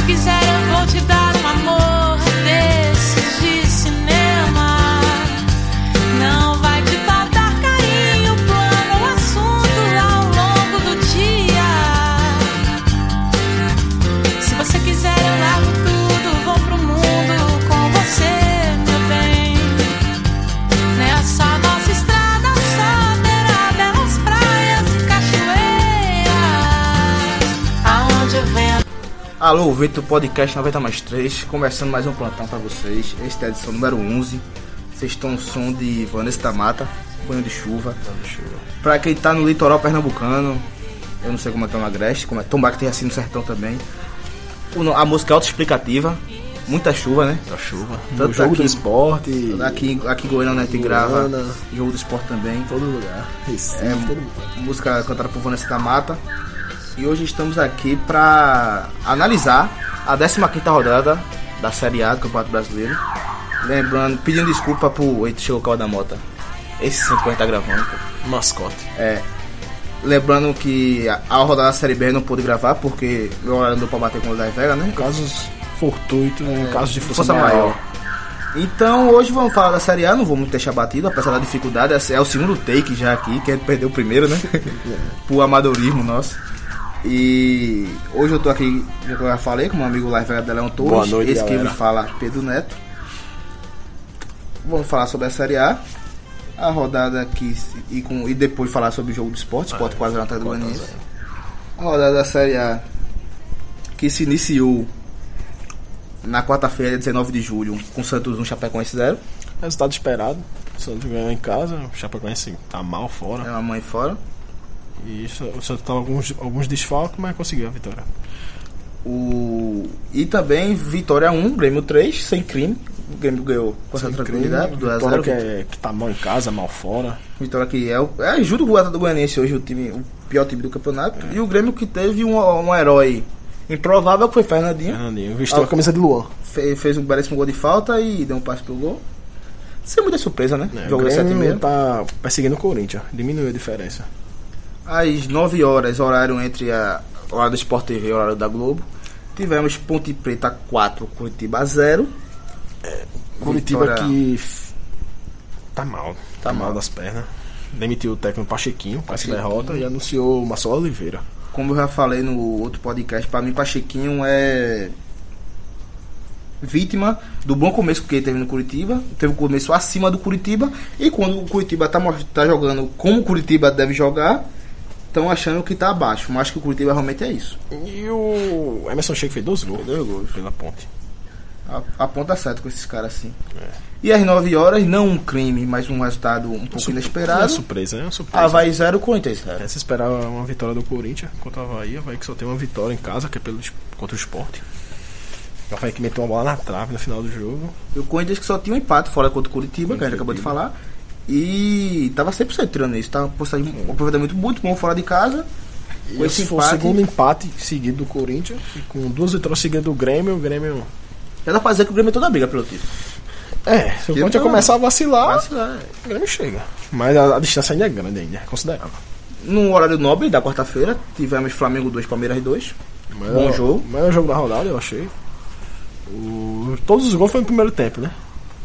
quiser eu vou te dar um amor desses de cinema. Não vai te faltar carinho, plano, assunto ao longo do dia. Se você quiser eu largo tudo, vou pro mundo com você, meu bem. Nessa nossa estrada só terá belas praias e cachoeiras, aonde eu venho. Alô, ouvinte do podcast 90+3, começando mais um plantão pra vocês. Esta é a edição número 11. Vocês estão no som de Vanessa da Mata, Banho de Chuva. Pra quem tá no litoral pernambucano, eu não sei como é que é no Agreste, como é Tombar que tem assim no sertão também. A música é autoexplicativa, muita chuva, né? Da chuva. Tanto Jogo aqui, do esporte. Aqui em Goiânia a gente grava Jogo do Esporte também. Todo lugar. Recife, todo lugar. Música cantada por Vanessa da Mata. E hoje estamos aqui para analisar a 15ª rodada da Série A do Campeonato Brasileiro. Lembrando, pedindo desculpa pro Eito Chegou Cal da Mota. Esse 50 tá gravando, pô. Mascote. Lembrando que a rodada da Série B não pude gravar porque meu horário não deu pra bater com o da Vega, né? Casos fortuitos, casos de força maior. maior. Então hoje vamos falar da Série A, não vamos deixar batido, apesar da dificuldade. É o segundo take já aqui, que a gente perdeu o primeiro, né? Pro amadorismo nosso. E hoje eu tô aqui, já falei, com meu amigo Live da Leão Torres. Boa noite, esse galera. que me fala, Pedro Neto. Vamos falar sobre a Série A, a rodada aqui e depois falar sobre o Jogo do Esporte, Esporte 4x0 atrás do Goianiense. A rodada da Série A que se iniciou na quarta-feira, 19 de julho, com o Santos 1, Chapecoense 0. Resultado esperado. O Santos ganhou em casa, o Chapecoense tá mal fora. É uma mãe fora. E o Santos tá alguns desfalques, mas conseguiu a vitória. E também Vitória 1, Grêmio 3, sem crime. O Grêmio ganhou com essa tranquilidade, 2x0. Que tá mal em casa, mal fora. Vitória que é junto com o Atlético Goianiense hoje o pior time do campeonato. E o Grêmio que teve um herói improvável, que foi Fernandinho. Vestiu a camisa de Luan. Fez um belíssimo gol de falta e deu um passe pro gol. Sem muita surpresa, né? Jogou 7,5. Tá perseguindo o Corinthians, diminuiu a diferença. Às 9 horas, horário entre a hora do Sport TV e a hora da Globo, tivemos Ponte Preta 4, Curitiba 0. Curitiba Vitória... que tá mal das pernas. Demitiu o técnico Pachequinho, parece derrota, e anunciou o Marcelo Oliveira. Como eu já falei no outro podcast, pra mim Pachequinho é vítima do bom começo que ele teve no Curitiba. Teve um começo acima do Curitiba, e quando o Curitiba tá jogando como o Curitiba deve jogar, estão achando que tá abaixo. Mas acho que o Curitiba realmente é isso. E o Emerson Sheik fez 2 gols pela Ponte. A ponta certa com esses caras assim. E às 9 horas, não um crime, mas um resultado um pouco inesperado. É uma surpresa. Havaí 0, Corinthians 0. Se esperava uma vitória do Corinthians contra o Havaí que só tem uma vitória em casa, que é contra o Sport. O Havaí que meteu uma bola na trave no final do jogo. E o Corinthians que só tinha um empate fora contra o Curitiba, que a gente acabou de falar. E tava 100% tirando isso. Tava postando um aproveitamento muito bom fora de casa. E esse foi o segundo empate seguido do Corinthians. E com 2 vitórias seguidas do Grêmio, o Grêmio... Já dá pra dizer que o Grêmio é toda a briga pelo título. Se o Corinthians começar a vacilar, o Grêmio chega. Mas a distância ainda é grande, ainda é considerável. No horário nobre da quarta-feira, tivemos Flamengo 2, Palmeiras 2. Bom jogo. O melhor jogo da rodada, eu achei. Todos os gols foram no primeiro tempo, né?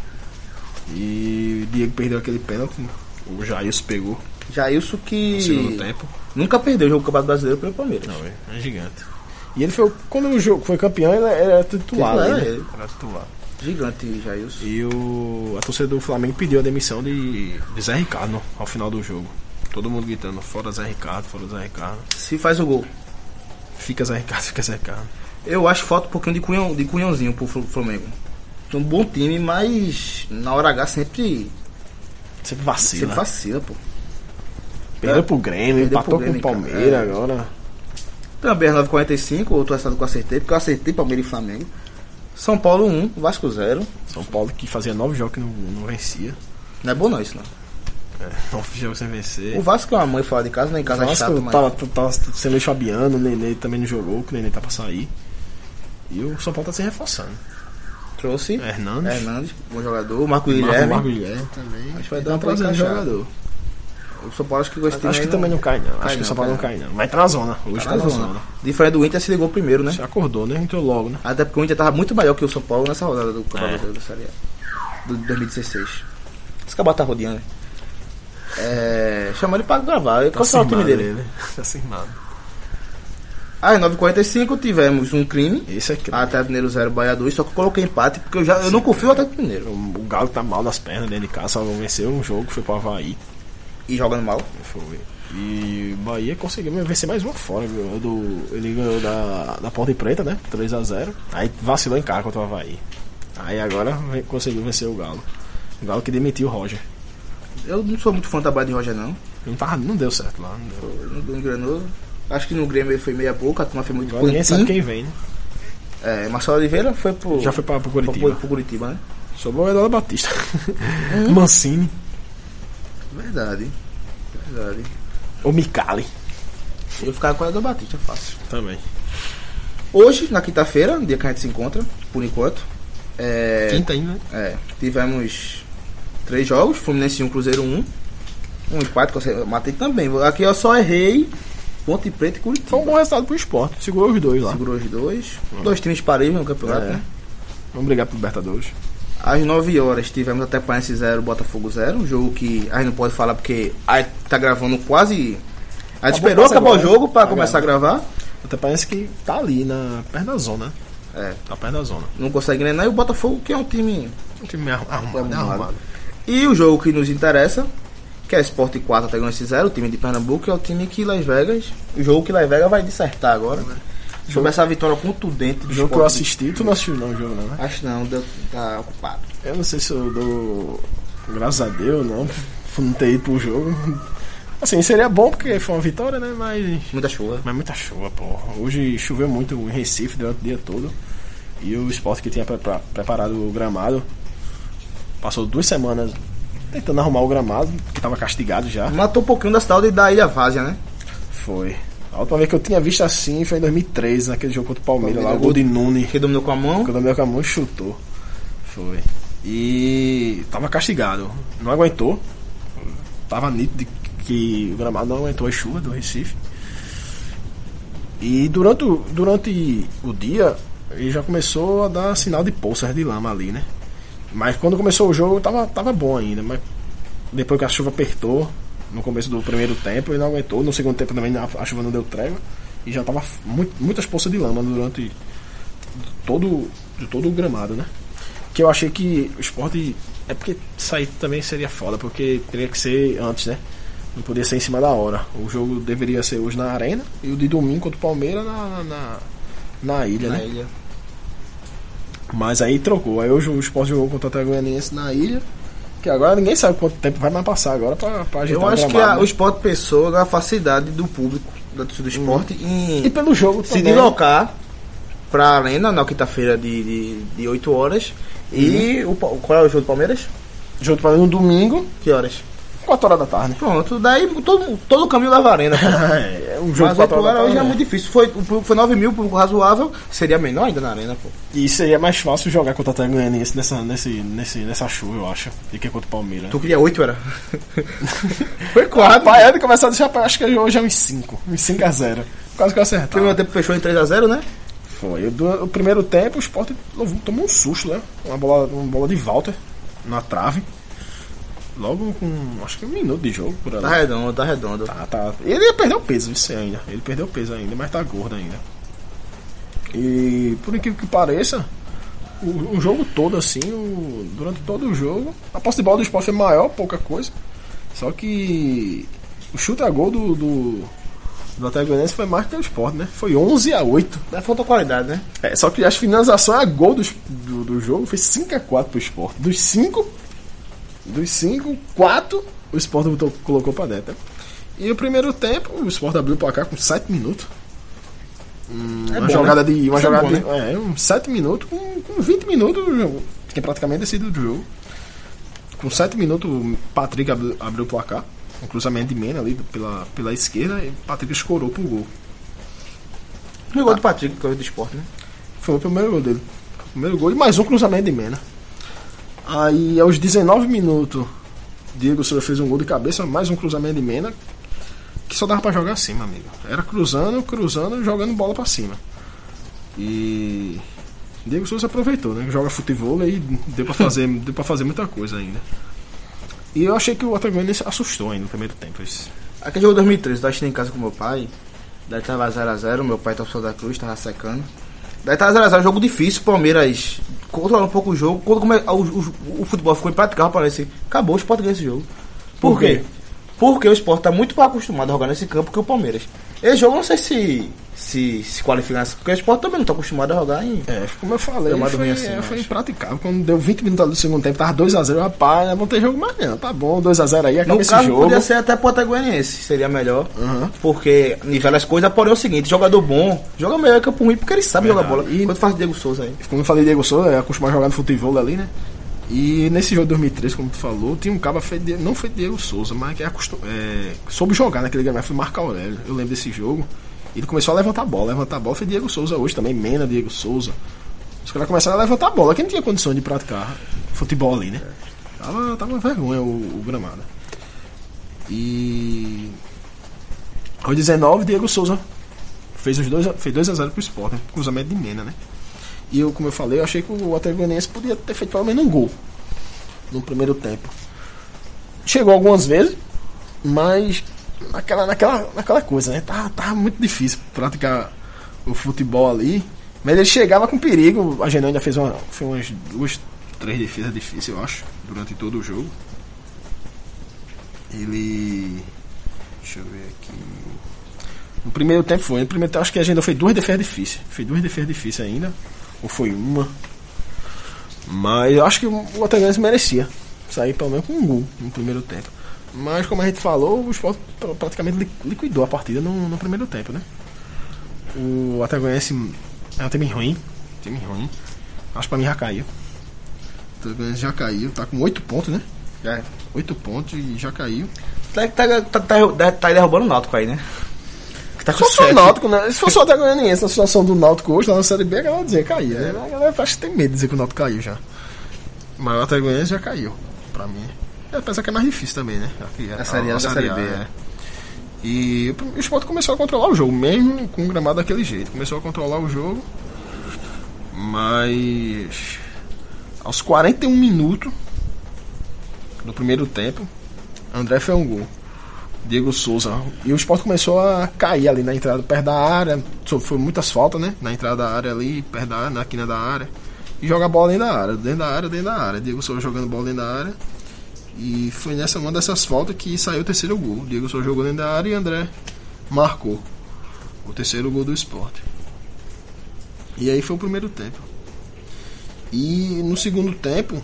E o Diego perdeu aquele pênalti. O Jailson pegou. Jailson que... No segundo tempo. Nunca perdeu o jogo do Campeonato Brasileiro pelo Palmeiras. Não, é gigante. E ele foi, quando o jogo foi campeão, ele era titular. Era titular. Gigante, Jailson. E a torcida do Flamengo pediu a demissão de Zé Ricardo ao final do jogo. Todo mundo gritando, fora Zé Ricardo, fora Zé Ricardo. Se faz o gol. Fica Zé Ricardo. Eu acho que falta um pouquinho de cunhãozinho pro Flamengo. É um bom time, mas na hora H sempre vacila, pô. Perdeu pro Grêmio, empatou com o Palmeiras agora. Também às 9h45, outro resultado que eu acertei, porque eu acertei Palmeiras e Flamengo. São Paulo 1, Vasco 0. São Paulo que fazia 9 jogos que não vencia. Não é bom não isso, não. 9 jogos sem vencer. O Vasco é uma mãe fora de casa, nem em casa é chato, mas... Tava sem Luiz Fabiano, o Nenê também não jogou, que o Nenê tá pra sair. E o São Paulo tá se reforçando. Trouxe Hernandes, bom jogador. Marco Guilherme também. Acho que vai dar uma trazer pra jogador. O São Paulo acho que gostou. Acho que também não cai, não. Acho que o São Paulo não cai, não. Mas tá na zona. Hoje tá na zona. Diferente do Inter, se ligou primeiro, né? Se acordou, né? Entrou logo, né? Até porque o Inter tava muito maior que o São Paulo nessa rodada do Campeonato da Série A. Do 2016. Esse cabal tá rodeando, né? Chamou ele pra gravar. Qual foi o time dele? Tá firmado. Às 9h45 tivemos um crime. Esse aqui. Atlético Mineiro 0, Bahia 2. Só que eu coloquei empate porque eu não confio no Atlético Mineiro. O Galo tá mal nas pernas dentro de casa. Só venceu um jogo, foi pro Avaí. E jogando mal. Foi. E o Bahia conseguiu vencer mais uma fora. Ele ganhou da Ponte Preta, né? 3-0. Aí vacilou em casa contra o Avaí. Aí agora conseguiu vencer o Galo. O Galo que demitiu o Roger. Eu não sou muito fã da trabalho de Roger, não. Não deu certo lá. Não engrenou. Acho que no Grêmio ele foi meia boca, a turma foi muito. Agora ninguém sabe quem vem, né? Marcelo Oliveira foi pro. Já foi pro Curitiba. Pro Curitiba, né? Sobrou o Eduardo Batista. Mancini. Verdade. O Micali. Eu ficava com o Eduardo Batista, fácil. Também. Hoje, na quinta-feira, dia que a gente se encontra, por enquanto. Quinta ainda, né? Tivemos 3 jogos, Fluminense 1, Cruzeiro 1. Um empate que eu matei também. Aqui eu só errei Ponte Preta e Curitiba. Foi um bom resultado pro Sport. Segurou os dois lá. Segurou os dois. 2 times parelhos no campeonato, né? Vamos brigar pro Libertadores. Às 9 horas tivemos até Paranaense 0, Botafogo 0. Um jogo que a gente não pode falar porque a gente tá gravando quase. A gente esperou acabar o jogo pra começar a gravar. Até parece que tá ali, perto da zona. Tá perto da zona. Não consegue nem nada. E o Botafogo, que é um time. Arrumado. E o jogo que nos interessa, que é Sport 4 até Goianiense 0, o time de Pernambuco, é o time que Las Vegas. O jogo que Las Vegas vai dissertar agora, né? Sobre essa vitória contundente do jogo que eu assisti, tu não assistiu não o jogo, não, né? Acho que não, tá ocupado. Eu não sei se eu dou graças a Deus, não, por não ter ido pro jogo. Assim, seria bom porque foi uma vitória, né? Mas muita chuva. Mas muita chuva, porra. Hoje choveu muito em Recife durante o dia todo. E o Sport que tinha preparado o gramado passou 2 semanas tentando arrumar o gramado, que tava castigado já. Matou um pouquinho da cidade da Ilha Várzea, né? Foi. A última vez que eu tinha visto assim foi em 2013, naquele jogo contra o Palmeiras lá, o gol de Nune. Que dominou com a mão? Que dominou com a mão e chutou. Foi. E tava castigado. Não aguentou. Tava nítido que o gramado não aguentou a chuva do Recife. E durante o dia, ele já começou a dar sinal de poças de lama ali, né? Mas quando começou o jogo, tava bom ainda. Mas depois que a chuva apertou, no começo do primeiro tempo, ele não aguentou. No segundo tempo também a chuva não deu trégua. E já tava muitas poças de lama durante todo o gramado, né? Que eu achei que o Sport... É porque sair também seria foda, porque teria que ser antes, né? Não podia ser em cima da hora. O jogo deveria ser hoje na Arena e o de domingo contra o Palmeiras na Ilha, né? Ilha. Mas aí trocou. Aí hoje o Sport jogou contra o Atlético Goianiense na Ilha. Que agora ninguém sabe quanto tempo vai mais passar agora pra ajeitar. Eu acho o gramado, que o Sport pensou na facilidade do público da torcida do Sport e pelo jogo se também. deslocar pra Arena na quinta-feira de 8 horas. E qual é o jogo do Palmeiras? O jogo do Palmeiras no domingo. Que horas? 4 horas da tarde. Pronto, daí todo o caminho leva a Arena. Um jogo mas 4 horas da tarde hoje é muito difícil. Foi 9 mil, público razoável. Seria menor ainda na Arena, pô. E seria mais fácil jogar contra o Atlético Goianiense nessa chuva, eu acho, do que contra o Palmeiras. Tu queria 8, era? Foi 4. Pai, de começar a deixar, acho que hoje é uns 5. Uns 5-0. Quase que eu acertava. O primeiro tempo fechou em 3-0, né? Foi. O primeiro tempo o Sport tomou um susto, né? Uma bola de Walter na trave. Logo com, acho que 1 minuto de jogo por ali. Tá redondo. Tá. Ele perdeu peso, isso ainda. Ele perdeu peso ainda, mas tá gordo ainda. E por incrível que pareça, o jogo todo assim, durante todo o jogo, a posse de bola do Sport foi maior, pouca coisa. Só que o chute a gol do Atlético Goianiense foi mais que o Sport, né? Foi 11-8. Faltou qualidade, né? Só que as finalizações a gol do jogo foi 5-4 pro Sport. Dos 5, 4 o Sport colocou pra dentro, né? E o primeiro tempo, o Sport abriu o placar com 7 minutos. Uma jogada, né? 7 minutos, com 20 minutos, que é praticamente decidido do jogo. Com 7 minutos, o Patrick abriu o placar. Um cruzamento de Mena ali pela esquerda e o Patrick escorou pro gol. O gol do Patrick, que é o do Sport, né? Foi o primeiro gol dele. O primeiro gol e mais um cruzamento de Mena. Aí aos 19 minutos Diego Souza fez um gol de cabeça, mais um cruzamento de Mena, que só dava pra jogar assim, meu amigo. Era cruzando, jogando bola pra cima. E Diego Souza aproveitou, né? Joga futebol e deu pra fazer muita coisa ainda. E eu achei que o Atlético Goianiense assustou ainda no primeiro tempo. Aquele jogo de 2013, eu tava assistindo em casa com meu pai. Daí tava 0x0, meu pai tava da Cruz, tava secando. Daí tava 0x0, jogo difícil, o Palmeiras controlou um pouco o jogo. Quando o futebol ficou impraticável, parece acabou o Sport ganhar esse jogo. Por quê? Porque o Sport tá muito mais acostumado a jogar nesse campo que o Palmeiras. Esse jogo eu não sei se qualifica nessa, porque o Sport também não tá acostumado a jogar em... como eu falei, foi impraticável. Quando deu 20 minutos do segundo tempo, tava 2x0, rapaz, não vão ter jogo mais não, tá bom, 2x0 aí, acaba esse jogo. No caso, podia ser até pro Atlético Goianiense, seria melhor, porque nivela as coisas, porém é o seguinte, jogador bom, joga melhor que campo ruim, porque ele sabe jogar bola. E quando faz Diego Souza aí. Como eu falei, Diego Souza, é acostumado a jogar no futebol ali, né? E nesse jogo de 2013, como tu falou, tinha um cara não foi Diego Souza, mas que soube jogar naquele game, foi Marco Aurélio. Eu lembro desse jogo. Ele começou a levantar a bola foi Diego Souza hoje também, Mena, Diego Souza. Os caras começaram a levantar a bola, quem não tinha condições de praticar futebol ali, né? Tava uma vergonha o gramado. E aos 19, Diego Souza fez 2x0 pro Sport, né? Cruzamento de Mena, né? E eu, como eu falei, eu achei que o Atlético Goianiense podia ter feito pelo menos um gol no primeiro tempo. Chegou algumas vezes, mas naquela coisa, né? Tava muito difícil praticar o futebol ali. Mas ele chegava com perigo. A Genan ainda fez umas 2, 3 defesas difíceis, eu acho, durante todo o jogo. Deixa eu ver aqui. No primeiro tempo acho que a Genan fez 2 defesas difíceis ainda. Ou foi uma. Mas eu acho que o Atlético Goianiense merecia sair pelo menos com um gol no primeiro tempo. Mas como a gente falou, o Sport praticamente liquidou a partida no primeiro tempo, né? O Atlético Goianiense é um time ruim. Acho que pra mim já caiu. O Atlético Goianiense já caiu, tá com 8 pontos, né? 8 pontos e já caiu. Tá derrubando o Náutico aí, né? Tá com o Náutico, né? Se fosse o Atlético Goianiense na situação do Náutico hoje, lá na Série B, a galera dizia cair, né? A galera acho que tem medo de dizer que o Náutico caiu já. Mas o Atlético Goianiense já caiu, pra mim. Apesar que é mais difícil também, né? A Série A da Série B, E o Sport começou a controlar o jogo, mesmo com o gramado daquele jeito. Começou a controlar o jogo, mas aos 41 minutos do primeiro tempo, André fez um gol. Diego Souza. E o Sport começou a cair ali na entrada, perto da área. Foi muitas faltas, né? Na entrada da área ali, perto da área, na quina da área. E joga a bola dentro da área. Diego Souza jogando bola dentro da área. E foi uma dessas faltas que saiu o terceiro gol. Diego Souza jogou dentro da área e André marcou o terceiro gol do Sport. E aí foi o primeiro tempo. E no segundo tempo,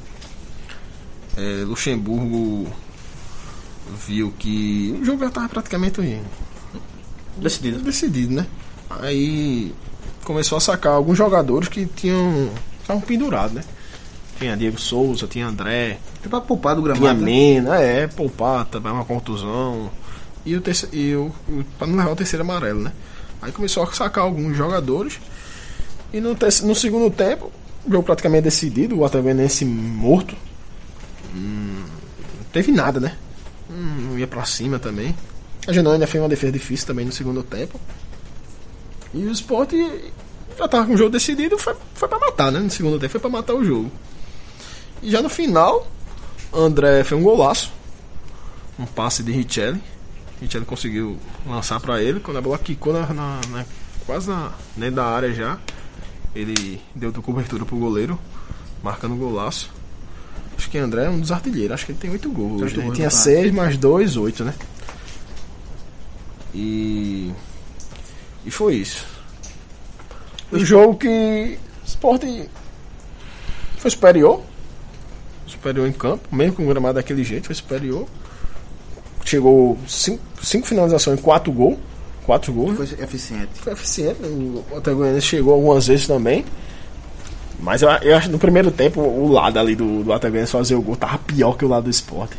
Luxemburgo viu que o jogo já estava praticamente decidido, né? Aí começou a sacar alguns jogadores que estavam pendurados, né? Tinha Diego Souza, tinha André, pra poupar do gramado, tinha Mena, poupar, também uma contusão. E pra não levar o terceiro amarelo, né? Aí começou a sacar alguns jogadores. E no segundo tempo, o jogo praticamente decidido, o Atlético Goianiense morto. Não teve nada, né? Não ia pra cima também. A Genan ainda fez uma defesa difícil também no segundo tempo. E o Sport já tava com o jogo decidido, foi pra matar, né? No segundo tempo foi pra matar o jogo. E já no final, André fez um golaço. Um passe de Richelli. Richelli conseguiu lançar pra ele. Quando a bola quicou quase dentro da área já, ele deu cobertura pro goleiro, marcando o golaço. Acho que André é um dos artilheiros. Acho que ele tem 8 gols. Ele tinha 6 mais 2, 8, né? E foi isso. O jogo que o Sport foi superior em campo, mesmo com o gramado daquele jeito, foi superior. Chegou 5 finalizações e 4 gols. Foi eficiente. O Atlético Goianiense chegou algumas vezes também. Mas eu acho que no primeiro tempo o lado ali do Atlético Goianiense fazer o gol tava pior que o lado do Sport.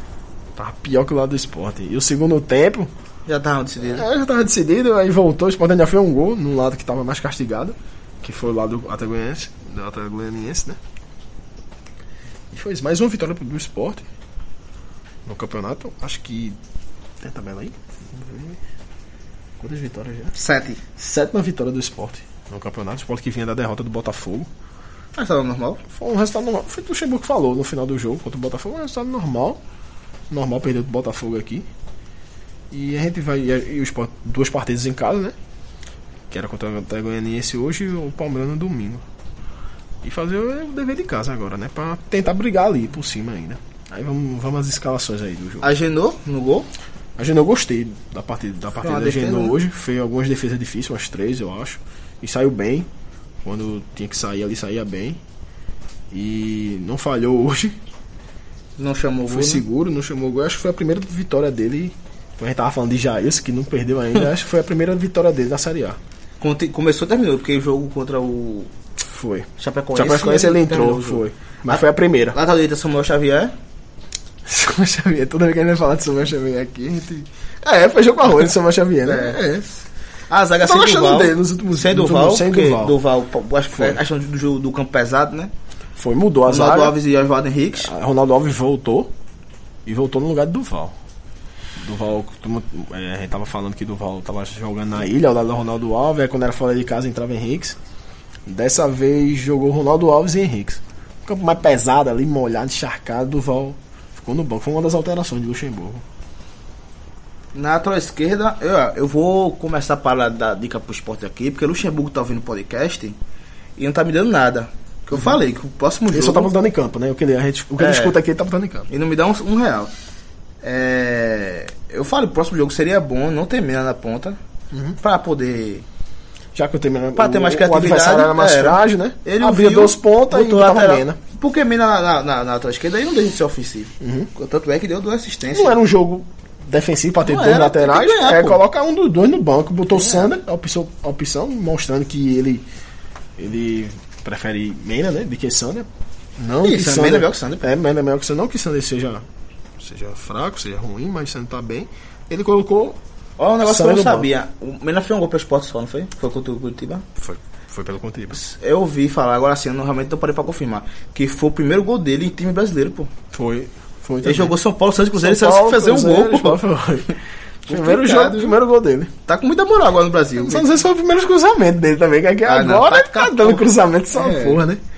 E o segundo tempo já tava decidido. Já tava decidido, aí voltou, o Sport ainda fez um gol no lado que tava mais castigado, que foi o lado do Atlético Goianiense, né? E foi isso, mais uma vitória do Sport. no campeonato. Acho que... Tem a tabela aí? Vamos ver. Quantas vitórias já? 7. 7ª vitória do Sport no campeonato. O Sport que vinha da derrota do Botafogo. Resultado normal? Foi um resultado normal. Foi o que o Luxemburgo falou no final do jogo contra o Botafogo. Um resultado normal. Normal perder do Botafogo aqui. E a gente vai... E o Sport, 2 partidas em casa, né? Que era contra o Goianiense hoje e o Palmeiras no domingo. E fazer o dever de casa agora, né? Pra tentar brigar ali por cima ainda. Aí vamos às escalações aí do jogo. Agenou no gol? Eu gostei da partida da Agenor né? hoje. Fez algumas defesas difíceis, umas 3 eu acho. E saiu bem. Quando tinha que sair ali, saía bem. E não falhou hoje. Não chamou o gol, Foi seguro, não chamou gol. Acho que foi a primeira vitória dele. Quando a gente tava falando de Jailson, que não perdeu ainda. Acho que foi a primeira vitória dele na Série A. Começou e terminou, porque o jogo contra o Foi. Chapecoense Ele entrou, foi. Mas foi a primeira. Lá tá direita Samuel Xavier. Samuel Xavier, toda vez que a gente vai falar de Samuel Xavier aqui, a gente... foi jogo com a rua de Samuel Xavier, né? A zaga Tô sem gostando Duval. dele nos últimos Sem Duval, sem porque Duval. acho que foi a questão do jogo do campo pesado, né? Foi, mudou a Ronaldo zaga. Alves e Oswaldo Henriques. Ronaldo Alves voltou. E voltou no lugar de Duval. A gente tava falando que Duval tava jogando na ilha, ao lado do Ronaldo Alves. Aí quando era fora de casa entrava Henriques. Dessa vez jogou Ronaldo Alves e Henriques. Um campo mais pesado ali, molhado, encharcado. Duval ficou no banco. Foi uma das alterações de Luxemburgo. Na lateral esquerda, eu vou começar para dar dica pro esporte aqui, porque o Luxemburgo tá ouvindo o podcast e não tá me dando nada. Que eu falei, que o próximo jogo... Ele só tá botando em campo, né? O que ele escuta aqui, ele tá botando em campo. E não me dá um real. Eu falei, o próximo jogo seria bom não ter Mena na ponta, pra poder... Já que eu terminei, pra ter mais o criatividade, adversário era mais frágil, né? Ele abria viu, 2 pontas e botou botava lateral. Mena. Porque Mena na lateral esquerda aí não deixa de ser ofensivo. Tanto é que deu 2 assistências. Não era um jogo defensivo pra ter Não 2 era, laterais. tem que ganhar, pô. Coloca um dos 2 no banco. Botou o Sander, a opção, mostrando que ele prefere Mena, né? Do que Sander. Não Isso, que Mena Sander, é melhor que Sander. Mena é melhor que Sander. Não que Sander seja fraco, seja ruim, mas Sander tá bem. Ele colocou... Olha um negócio Sander que eu não no sabia. O Mena fez um gol pro esporte só, não foi? Foi contra o Curitiba? Foi pelo Curitiba. Eu ouvi falar, agora assim, eu realmente não parei pra confirmar. Que foi o primeiro gol dele em time brasileiro, pô. Foi Ele também. jogou São Paulo, Santos, Cruzeiro e São Santos Paulo, fazer um Cruzeiro, gol, pô. foi. Primeiro gol dele. Tá com muita moral agora no Brasil. Só não sei se foi o primeiro cruzamento dele também, que aqui agora não, tá dando cruzamento só É. porra, né?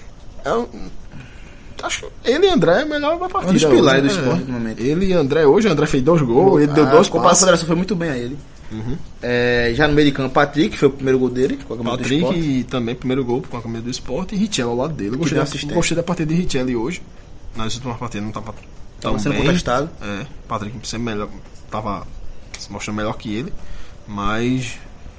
Acho que ele e André é melhor da partida. Um dos pilares hoje, do esporte no momento. Ele e André hoje, o André fez 2 gols, ele deu 2 A passes. federação foi muito bem a ele. Já no meio de campo, Patrick, foi o primeiro gol dele. Com a camisa do Sport. Patrick também, primeiro gol com a camisa do Esporte, e Richel ao lado dele. deu assistência. Gostei da partida de Richel hoje. Nas últimas partidas não tava tão sendo bem. contestado. Patrick sempre melhor, tava se mostrando melhor que ele, mas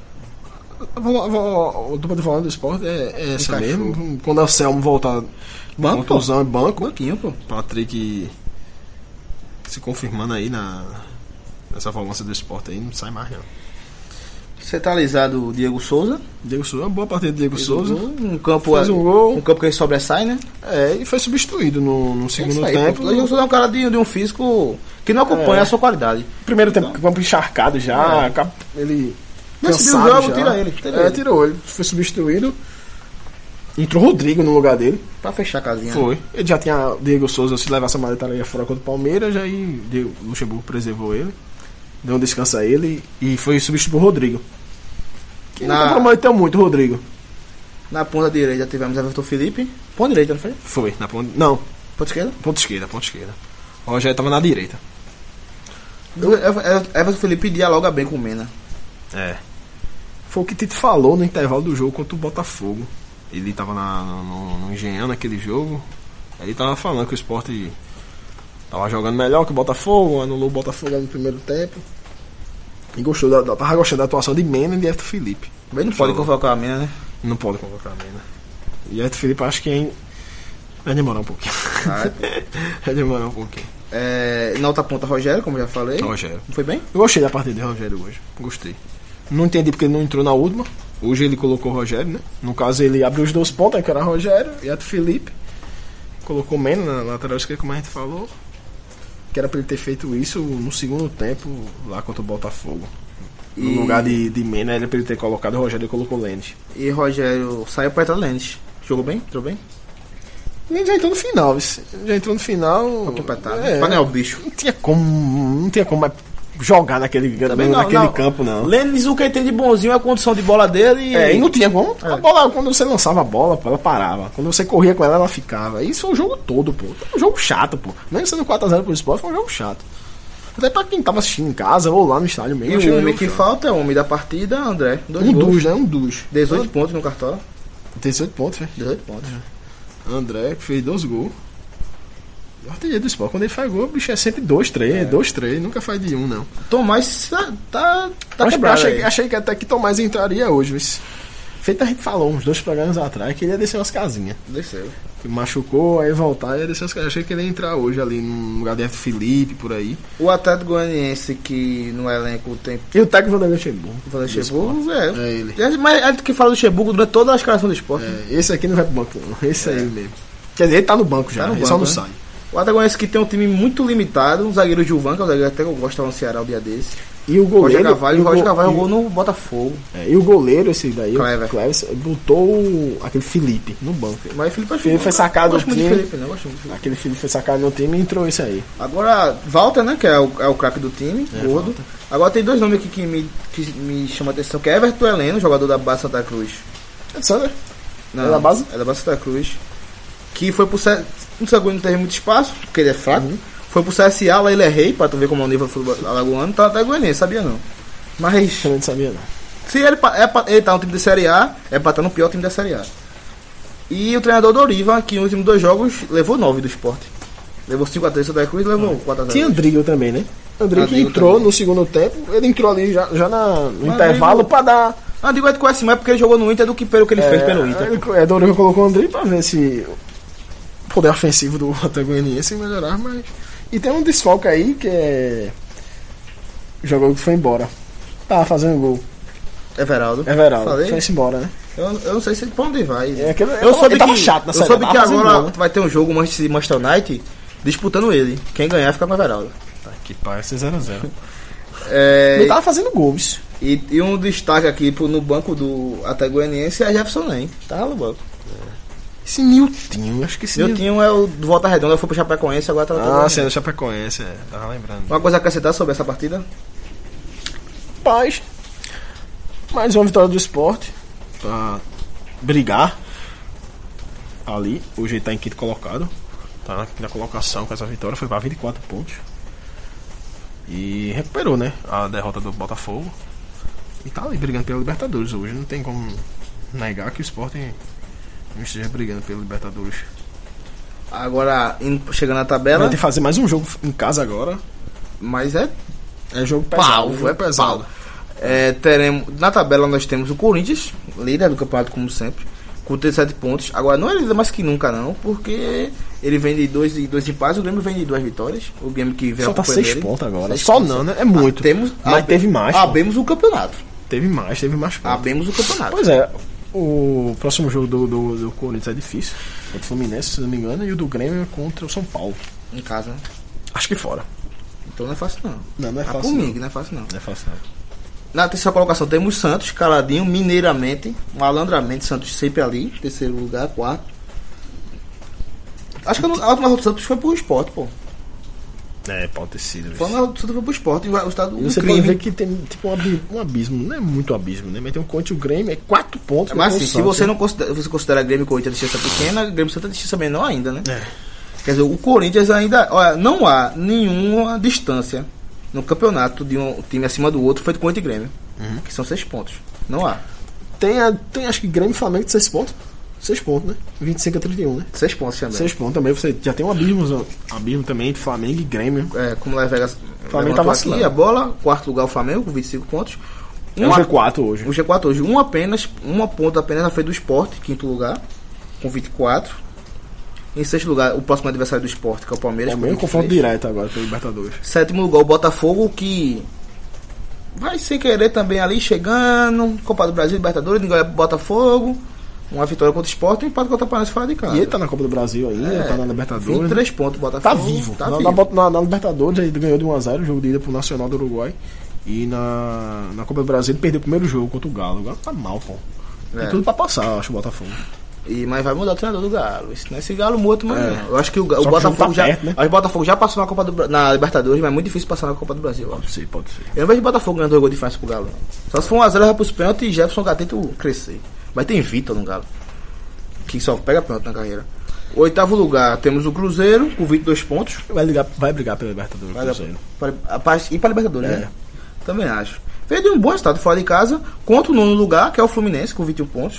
o dupla de volante do Esporte é essa Encaixou. mesmo. Quando o Anselmo voltar, Banco, contusão, banco. Banquinho, pô. Patrick se confirmando aí nessa volância do Esporte aí, não sai mais não. Centralizado o Diego Souza. Diego Souza, uma boa partida de Diego Souza. Um campo, Fez um gol. um campo que ele sobressai, né? E foi substituído no segundo Isso aí, tempo. pô. O Diego Souza é um cara de um físico que não acompanha a sua qualidade. Primeiro tempo, campo encharcado já. Ele. Mas se cansado viu o jogo, já. tira ele. Tirou ele. Foi substituído. Entrou Rodrigo no lugar dele. Pra fechar a casinha. Foi. Ele já tinha Diego Souza, se levasse a maleta aí fora contra o Palmeiras, aí o Luxemburgo preservou ele. Deu um descanso a ele e foi substituir o Rodrigo. Que não comprometeu muito o Rodrigo. Na ponta direita tivemos Everton Felipe. Ponta direita, não foi? Foi, na ponta. Não, Ponta esquerda? ponta esquerda. O Rogério tava na direita. Everton Felipe dialoga bem com o Mena. Foi o que Tite falou no intervalo do jogo contra o Botafogo. Ele tava no Engenhão naquele jogo. Aí ele tava falando que o Sport tava jogando melhor que o Botafogo, anulou o Botafogo no primeiro tempo. E tava gostando da atuação de Mena e de Everton Felipe. Bem, não pode convocar a Mena, né? Não pode convocar a Mena. E Everton Felipe acho que vai demorar um pouquinho. Vai demorar um pouquinho. Na outra ponta, Rogério, como eu já falei. Rogério. Não foi bem? Eu gostei da partida de Rogério hoje. Gostei. Não entendi porque ele não entrou na última. Hoje ele colocou o Rogério, né? No caso ele abriu os 2 pontos, que era Rogério e Everton Felipe. Colocou Mena na lateral esquerda, como a gente falou. Que era pra ele ter feito isso no segundo tempo, lá contra o Botafogo. No lugar de Mena, era pra ele ter colocado o Rogério e colocou o Lênis. E Rogério saiu pra entrar Lênis. Jogou bem? Entrou bem? Ele já entrou no final, já entrou no final. Completar, pra ganhar o bicho. Não tinha como mais jogar naquele campo, não. Lênis, o que ele tem de bonzinho é a condição de bola dele. E não tinha como. A bola, quando você lançava a bola, pô, ela parava. Quando você corria com ela, ela ficava. Isso foi o jogo todo, pô. Foi um jogo chato, pô. Mesmo sendo 4x0 pro Sport, foi um jogo chato. Até pra quem tava assistindo em casa ou lá no estádio mesmo. E o homem que falta é o homem da partida, André. Um dos. 18 pontos no cartola. 18 pontos, né? 18 pontos. André, que fez 2 gols. O artilheiro do Sport, quando ele faz gol, o bicho é sempre 2-3, 2-3, nunca faz de 1, não. Tomás tá quebrado. Achei que até que Tomás entraria hoje, mas feito a gente falou uns 2 programas atrás que ele ia descer umas casinhas. Desceu. Machucou, aí voltar e ia descer umas casinhas. Achei que ele ia entrar hoje ali no lugar de Felipe, por aí. O Atlético Goianiense, que no elenco tem. E o técnico do Luxemburgo. O Luxemburgo é ele. Mas a gente que fala do Luxemburgo durante toda a escalação do Sport. Esse aqui não vai pro banco, não. Esse aí mesmo. Quer dizer, ele tá no banco já, ele só não sai. O Atlético Goianiense que tem um time muito limitado, um zagueiro Gilvan, que é um zagueiro até que eu gosto no Ceará o dia desse. E o goleiro. O Roger Cavalho jogou no Botafogo. E o goleiro, esse daí, Clever, botou aquele Felipe no banco. Mas o Felipe foi sacado do time. Felipe. Aquele Felipe foi sacado no time e entrou esse aí. Agora, Walter, né, que é o craque do time, gordo. Walter. Agora tem 2 nomes aqui que me chamam a atenção, que é Everton Heleno, jogador da base Santa Cruz. É Sander? Não, é da base? É da base Santa Cruz. Que foi pro no segundo não teve muito espaço, porque ele é fraco. Foi pro CSA, lá ele é rei, pra tu ver como é o nível do futebol alagoano. Tá até Goianiense, sabia não. Mas. Eu não sabia não. Se ele tá no time da Série A, é pra estar no pior time da Série A. E o treinador Doriva, que nos últimos 2 jogos levou 9 do Sport. Levou 5x3 Santa Cruz e levou 4x0. Tinha Andrigo também, né? Andrigo que entrou também no segundo tempo, ele entrou ali já no intervalo pra dar. Andrigo é de conhece mais porque ele jogou no Inter do que pelo que ele fez pelo Inter. Doriva colocou o Andrigo pra ver se o poder ofensivo do Atlético Goianiense melhorar, mas. E tem um desfalque aí que é. Jogou que foi embora. Tava fazendo gol. Everaldo. Foi-se embora, né? Eu não sei se pra onde vai. Eu soube que chato na série. Eu soube que agora vai ter um jogo Manchester United disputando ele. Quem ganhar fica com o Everaldo. Tá, que parece 0x0. Ele tava fazendo gols. E um destaque aqui no banco do Atlético Goianiense é Jefferson Nem. Tá no banco. Esse Niltinho, acho que esse Niltinho é o do Volta Redonda, foi pro Chapecoense, agora tá sim, é do Chapecoense, tava lembrando. Uma coisa a acrescentar sobre essa partida? Paz. Mais uma vitória do Sport pra brigar ali. Hoje ele tá em 5º colocado. Tá na colocação com essa vitória, foi pra 24 pontos. E recuperou, né? A derrota do Botafogo. E tá ali brigando pela Libertadores hoje. Não tem como negar que o Sport não esteja brigando pela Libertadores. Agora, chegando na tabela. Vai ter que fazer mais um jogo em casa agora. Mas é jogo pesado. É pesado. Na tabela nós temos o Corinthians, líder do campeonato como sempre, com 37 pontos. Agora não é líder mais que nunca não, porque ele vem de 2 empates, o Grêmio vem de 2 vitórias. O Grêmio que vem só tá 6 pontos agora. Só pontos. Não, né? É muito. Mas teve mais. Abemos o campeonato. Teve mais pontos. Abemos o campeonato. Pois é. O próximo jogo do Corinthians é difícil. Contra o Fluminense, se não me engano, e o do Grêmio é contra o São Paulo. Em casa, né? Acho que fora. Então não é fácil não. Não é fácil. Comigo, não é fácil não. Não é fácil não. Na terceira colocação temos Santos, caladinho, mineiramente, malandramente, Santos sempre ali, terceiro lugar, 4. Acho que a última derrota do Santos foi pro Sport, pô. Pode ter sido. Foi o Santos foi pro Sport, o estado do você crime. Pode ver que tem tipo um abismo, não é muito abismo, né? Mas tem um Conte e o Grêmio, 4 pontos. Mas assim, se você não considera Grêmio e Corinthians de distância pequena, Grêmio e Santos é distância menor ainda, né? Quer dizer, o Corinthians ainda, olha, não há nenhuma distância no campeonato de um time acima do outro feito com Corinthians e Grêmio, que são 6 pontos. Não há. Tem acho que Grêmio e Flamengo de 6 pontos. 6 pontos, né? 25 a 31, né? 6 pontos também. 6 pontos também. Você já tem um abismo também entre Flamengo e Grêmio. Como Las Vegas. Flamengo tá vacilando. Aqui a bola, quarto lugar o Flamengo com 25 pontos. O G4 hoje. O G4 hoje. Uma ponta apenas na frente do Sport, quinto lugar, com 24. Em sexto lugar, o próximo adversário do Sport, que é o Palmeiras. Palmeiras confronto direto agora pelo Libertadores. Sétimo lugar, o Botafogo, que vai sem querer também ali, chegando. Copa do Brasil, Libertadores, ninguém é Botafogo. Uma vitória contra o Sport e um empate contra o Palmeiras fora de casa. E ele tá na Copa do Brasil ainda, tá na Libertadores. 23 pontos, o Botafogo. Tá vivo. Na Libertadores ele ganhou de 1x0 o jogo de ida pro Nacional do Uruguai. E na Copa do Brasil ele perdeu o primeiro jogo contra o Galo. O Galo tá mal, pô. Tem tudo pra passar, eu acho, o Botafogo. Mas vai mudar o treinador do Galo. Esse Galo morto, mas não. Eu acho que o Só que Botafogo tá já. perto, né? Acho que o Botafogo já passou na Libertadores, mas é muito difícil passar na Copa do Brasil. Eu acho. Pode ser. Eu não vejo o Botafogo ganhando 2 gols de diferença pro Galo. Não. Só se for 1x0 vai pros pênaltis e Jefferson Gatito crescer. Mas tem Vitor no Galo, que só pega pênalti na carreira. 8º lugar temos o Cruzeiro, com 22 pontos. Vai brigar pela Libertadores. Ir pra Libertadores, É. né? Também acho. Fez um bom resultado fora de casa, contra o 9º lugar, que é o Fluminense, com 21 pontos.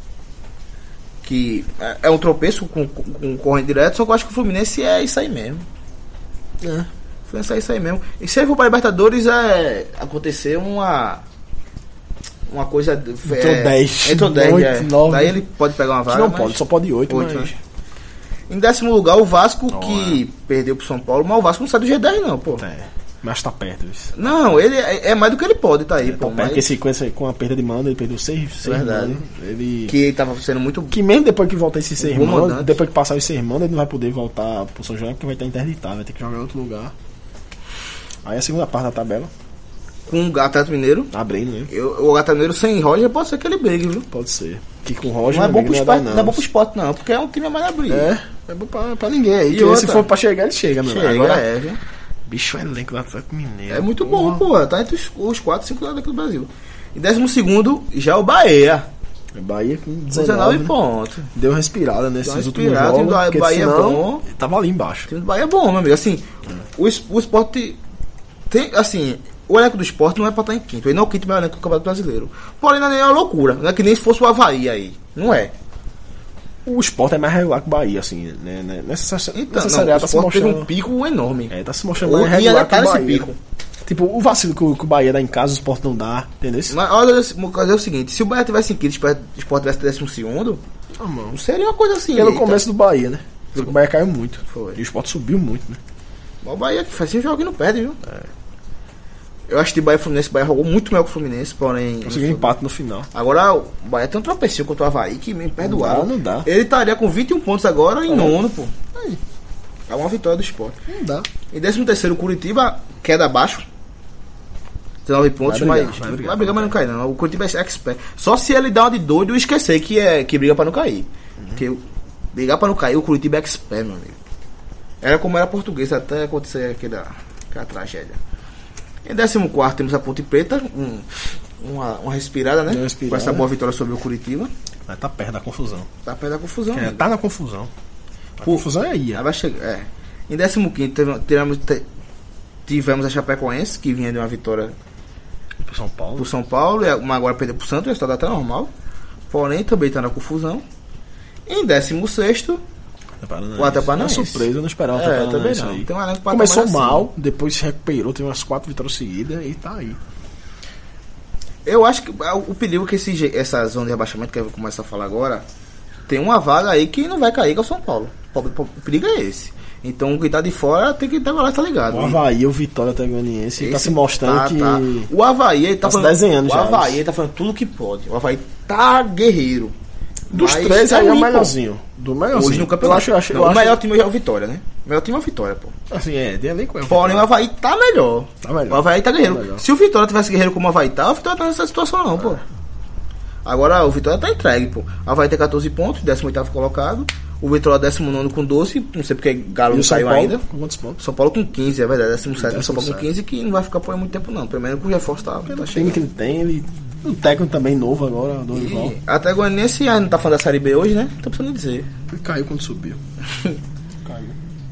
Que é um tropeço com corrente direto, só que eu acho que o Fluminense é isso aí mesmo. O Fluminense é isso aí mesmo. E se ele for pra Libertadores, acontecer uma coisa. Entrou 10. Entrou 10, 8, 9. Daí ele pode pegar uma vaga. Não pode, só pode 8, mas... né? Em 10º lugar, o Vasco, que perdeu pro São Paulo, mas o Vasco não sai do G10, não, pô. Mas tá perto isso. Não, ele é mais do que ele pode, tá aí, pô. Tá perto, porque com a perda de mando, ele perdeu 6 Verdade. mando. Ele... Que ele tava sendo muito. Que mesmo depois que voltar esses 6 comandante. mando, depois que passar os 6 mando, ele não vai poder voltar pro São João, porque vai estar interditado, vai ter que jogar em outro lugar. Aí a segunda parte da tabela, Com o Atlético Mineiro. abrindo, né? O Atlético Mineiro sem Roger pode ser que ele brigue, viu? Pode ser. Que com o Roger Não é bom pro ia esporte, dar, não é bom pro esporte, não, porque é um time a mais abrir. É bom pra ninguém aí. E Que outra? se for pra chegar, ele chega, meu. Chega, Agora, viu? bicho, é elenco do Atlético Mineiro. É muito bom, pô. Tá entre os 4, 5 daqui do Brasil. Em 12º, já o Bahia. Bahia com 19 né? pontos. Deu uma respirada nesses Deu uma últimos respirada, jogos. o Porque Bahia é senão, bom. ele tava ali embaixo. O time do Bahia é bom, meu amigo. Assim, o esporte tem, assim, o elenco do esporte não é pra estar em quinto. Ele não é o quinto melhor elenco do Campeonato Brasileiro. Porém, não é nenhuma loucura. Não é que nem se fosse o Avaí aí. Não é. O Sport é mais regular que o Bahia, assim, né? Nessa Então, Série não, A o tá se esporte teve mostrando... um pico enorme. Tá se mostrando mais E regular ainda que tá o nesse Bahia. pico. Tipo, o vacilo que o Bahia dá em casa, o Sport não dá, entendeu? Mas olha, é o seguinte, se o Bahia tivesse em quinto e o Sport tivesse 12º, não seria uma coisa assim. Pelo eita. começo do Bahia, né? O Bahia caiu muito. Foi. E o Sport subiu muito, né? O Bahia que faz 5 jogos e não perde, viu? Eu acho que o Bahia e Fluminense, o Bahia jogou muito melhor que o Fluminense, porém... Conseguiu empate no final. Agora o Bahia tem um tropecinho contra o Avaí que me perdoar. Não dá. Ele estaria com 21 pontos agora em nono, pô. Aí. É uma vitória do Sport. Não dá. Em 13º, o Curitiba queda abaixo. 19 pontos, Vai brigar, mas vai brigar, vai brigar, mas não cai não. O Curitiba é expert. Só se ele dá uma de doido e esquecer que briga pra não cair. Porque brigar pra não cair, o Curitiba é expert, meu amigo. Era como era português até acontecer aquela tragédia. Em 14º temos a Ponte Preta, uma respirada, né? Uma respirada. Com essa boa vitória sobre o Curitiba. Mas tá perto da confusão. Tá perto da confusão. ainda. Tá na confusão. A confusão é aí, Ela vai chegar. Em 15º tivemos a Chapecoense, que vinha de uma vitória Pro São Paulo. pro São Paulo, e agora perdeu pro Santos, o resultado até normal. Porém, também tá na confusão. Em 16º, o Atapá É uma surpresa, eu não esperava o Atapá também não. não. Aí. Tem um elenco pra Começou tamanho mal, assim. depois se recuperou, teve umas 4 vitórias seguidas e tá aí. Eu acho que o perigo é que essa zona de rebaixamento que eu começo a falar agora, tem uma vaga aí que não vai cair, que é o São Paulo. O perigo é esse. Então o que tá de fora tem que estar agora, tá ligado. O Avaí, o Vitória Goianiense, tá Esse se mostrando que... tá. O Avaí, ele tá Tá se falando, desenhando o já, Avaí, isso. ele tá falando tudo que pode. O Avaí tá guerreiro. Dos Mas 3 aí é o ruim, pô. melhorzinho. Do melhorzinho. Hoje no campeonato. Eu acho, Não, o melhor time hoje é o Vitória, né? O melhor time é o Vitória, pô. Assim, de elenco é o Porém, o Avaí tá melhor. Tá melhor. O Avaí tá guerreiro. Tá melhor. Se o Vitória tivesse guerreiro como o Avaí tá, o Vitória tá nessa situação não, pô. Agora o Vitória tá entregue, pô. O Avaí tem 14 pontos, 18º colocado. O Vitória 19º com 12. Não sei porque Galo E não o São saiu Paulo, ainda. com quantos pontos? São Paulo com 15, é verdade. 17º, São Paulo com 17º. 15, que não vai ficar por muito tempo não. Primeiro que o reforço tá O time chegando. que ele tem, o técnico também novo agora, Dorival. E até agora nesse ano não tá falando da Série B hoje, né? Não tô precisando dizer. Ele caiu quando subiu. Caiu.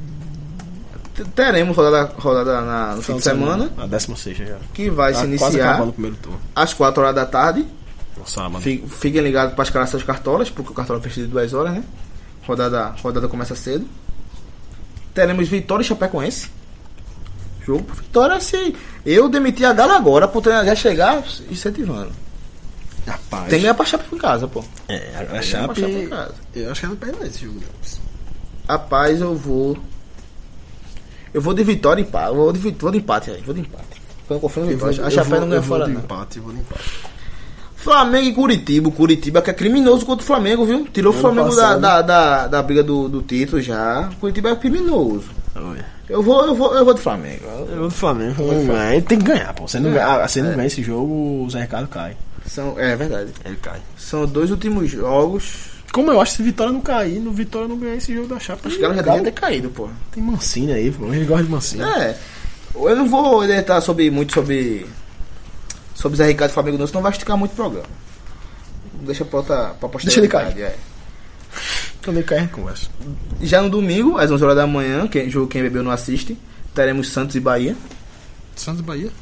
Teremos rodada no fim de semana, A 16ª já. que vai Tá se quase iniciar acabando o primeiro turno. às 4 horas da tarde. No sábado. Fiquem ligados para escalar seus cartolas, porque o cartola fecha de 2 horas, né? Rodada começa cedo. Teremos Vitória e Chapecoense. Jogo pro Vitória, se eu demitir a Galo agora, pro treinador já chegar incentivando. Rapaz. Tem que ganhar pra Chape em casa, pô. A Chape Chape, em casa. eu acho que ela não perde mais esse jogo. Rapaz, eu vou de Vitória e empate. Vou de empate aí. Vou de empate. Eu confio no Vitória. A Chape não ganha fora, não. Eu vou de empate. Flamengo e Curitiba. O Curitiba que é criminoso contra o Flamengo, viu? Tirou o Ano Flamengo passado. da briga do título já. O Curitiba é criminoso. Olha. Eu vou de Flamengo. Eu vou do Flamengo. Ele tem que ganhar, pô. Você não ganha esse jogo, o Zé Ricardo cai. É verdade. Ele cai. São 2 últimos jogos. como eu acho, se Vitória não cair, no Vitória não ganhar esse jogo da Chape. Os caras já devem ter caído, pô. Tem Mancini aí, pô. Ele gosta de Mancini. Eu não vou orientar muito sobre Zé Ricardo e Flamengo não, senão vai esticar muito o programa. Deixa pra postar. Deixa ele cair. Quando ele cair, a gente conversa. Já no domingo, às 11 horas da manhã, jogo quem bebeu não assiste, teremos Santos e Bahia. Santos e Bahia?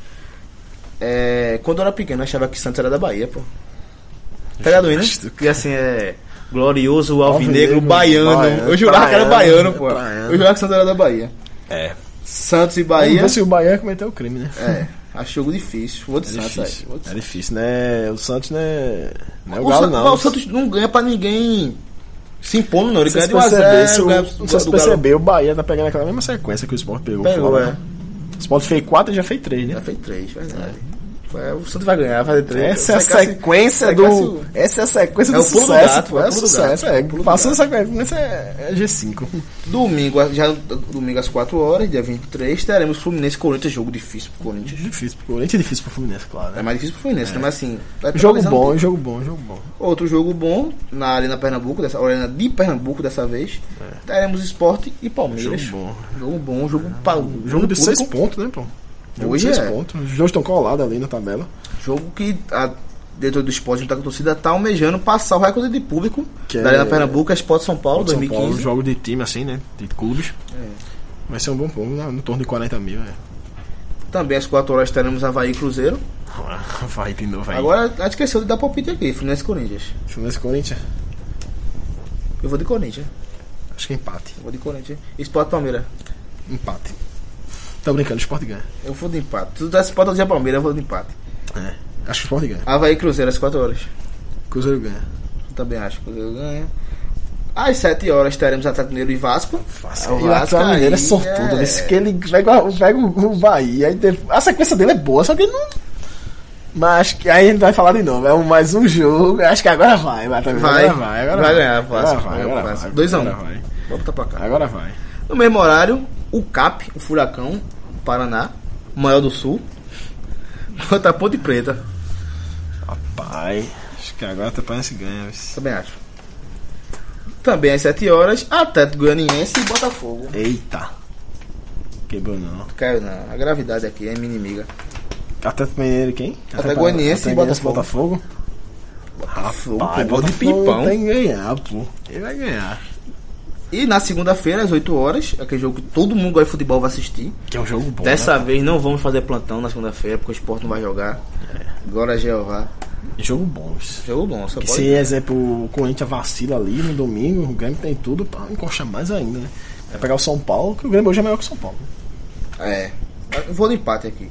Quando eu era pequeno, eu achava que Santos era da Bahia, pô. Tá ligado, né? E assim, glorioso alvinegro baiano. Eu jurava que era baiano, pô. Eu jurava que Santos era da Bahia. Santos e Bahia. Vamos ver se o Bahia cometeu o crime, né? Acho jogo difícil. Vou de Santos difícil. aí. É difícil, né? O Santos não é o Galo, não. O Santos não ganha pra ninguém se impondo, não. Ele ganha de 1x0. Se você perceber, o Bahia tá pegando aquela mesma sequência que o Sport pegou. O Sport fez 4 e já fez 3, né? Já fez 3, verdade. O Santos vai ganhar, vai fazer 3. Essa é a sequência do. Essa é a sequência do sucesso. É o sucesso. Passando essa sequência é G5. Domingo às 4 horas, dia 23, teremos Fluminense e Corinthians. Jogo difícil pro Corinthians. Difícil pro Corinthians e difícil pro Fluminense, claro. Né? É mais difícil pro Fluminense, mas assim. Jogo bom. Outro jogo bom, na Arena Pernambuco, Arena de Pernambuco dessa vez. Teremos Sport e Palmeiras. Jogo bom. Jogo de 6 pontos, né, pô? Hoje 6 pontos. Os jogos estão colados ali na tabela. Jogo que dentro do Sport, junto com a torcida, tá almejando passar o recorde de público da Arena Pernambuco, a Sport São Paulo, 2015. Um jogo de time assim, né? De clubes. Vai ser um bom público, no torno de 40 mil. Também às 4 horas teremos Avaí e Cruzeiro. Vai de novo aí. Agora a gente esqueceu de dar palpite aqui, Fluminense e Corinthians. Fluminense e Corinthians? Eu vou de Corinthians. Acho que empate. Eu vou de Corinthians. Sport Palmeiras. Empate. Tá brincando, o Sport ganha. Eu vou de empate. Se tu der Sport ou dizer Palmeiras, eu vou de empate. Acho que o Sport ganha. Avaí e Cruzeiro às 4 horas. Cruzeiro ganha. Eu também acho que o Cruzeiro ganha. Às 7 horas teremos Atlético Mineiro e Vasco. O Atlético Mineiro é sortudo. Que ele pega o Bahia. Aí a sequência dele é boa, só que ele não. Mas acho que aí a gente vai falar de novo. É mais um jogo. Acho que agora vai. Vai ganhar. Vasco. 2x1. Vou botar pra cá. Agora vai. No mesmo horário, o CAP, o Furacão, Paraná, o maior do Sul, contra a Ponte Preta. Rapaz, acho que agora até parece que ganha. Também acho. Também às 7 horas, Atlético Goianiense e Botafogo. Eita. Quebrou não. Caiu não. A gravidade aqui é minha inimiga. Atlético Mineiro e quem? Atlético Goianiense e Botafogo. Rapaz, pegou de pipão. Tem que ganhar, pô. Ele vai ganhar. E na segunda-feira, às 8 horas, aquele jogo que todo mundo gosta de futebol vai assistir. Que é um jogo bom. Dessa vez não vamos fazer plantão na segunda-feira, porque o Sport não vai jogar. Agora Jeová. Jogo bom isso. Jogo bom, só pode. Se, exemplo, o Corinthians vacila ali no domingo, o Grêmio tem tudo pra encoxar mais ainda, né? Vai pegar o São Paulo, que o Grêmio hoje é maior que o São Paulo. Eu vou de empate aqui.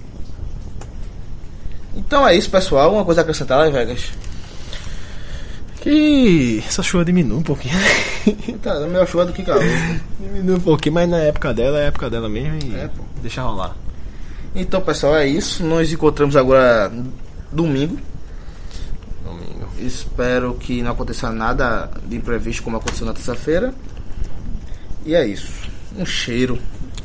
Então é isso, pessoal. Uma coisa a acrescentar, Las Vegas. Que essa chuva diminui um pouquinho. Tá, é melhor chuva do que calor. Diminui um pouquinho, mas na época dela é a época dela mesmo e deixa rolar. Então, pessoal, é isso. Nós encontramos agora domingo. Espero que não aconteça nada de imprevisto como aconteceu na terça-feira. E é isso. Um cheiro.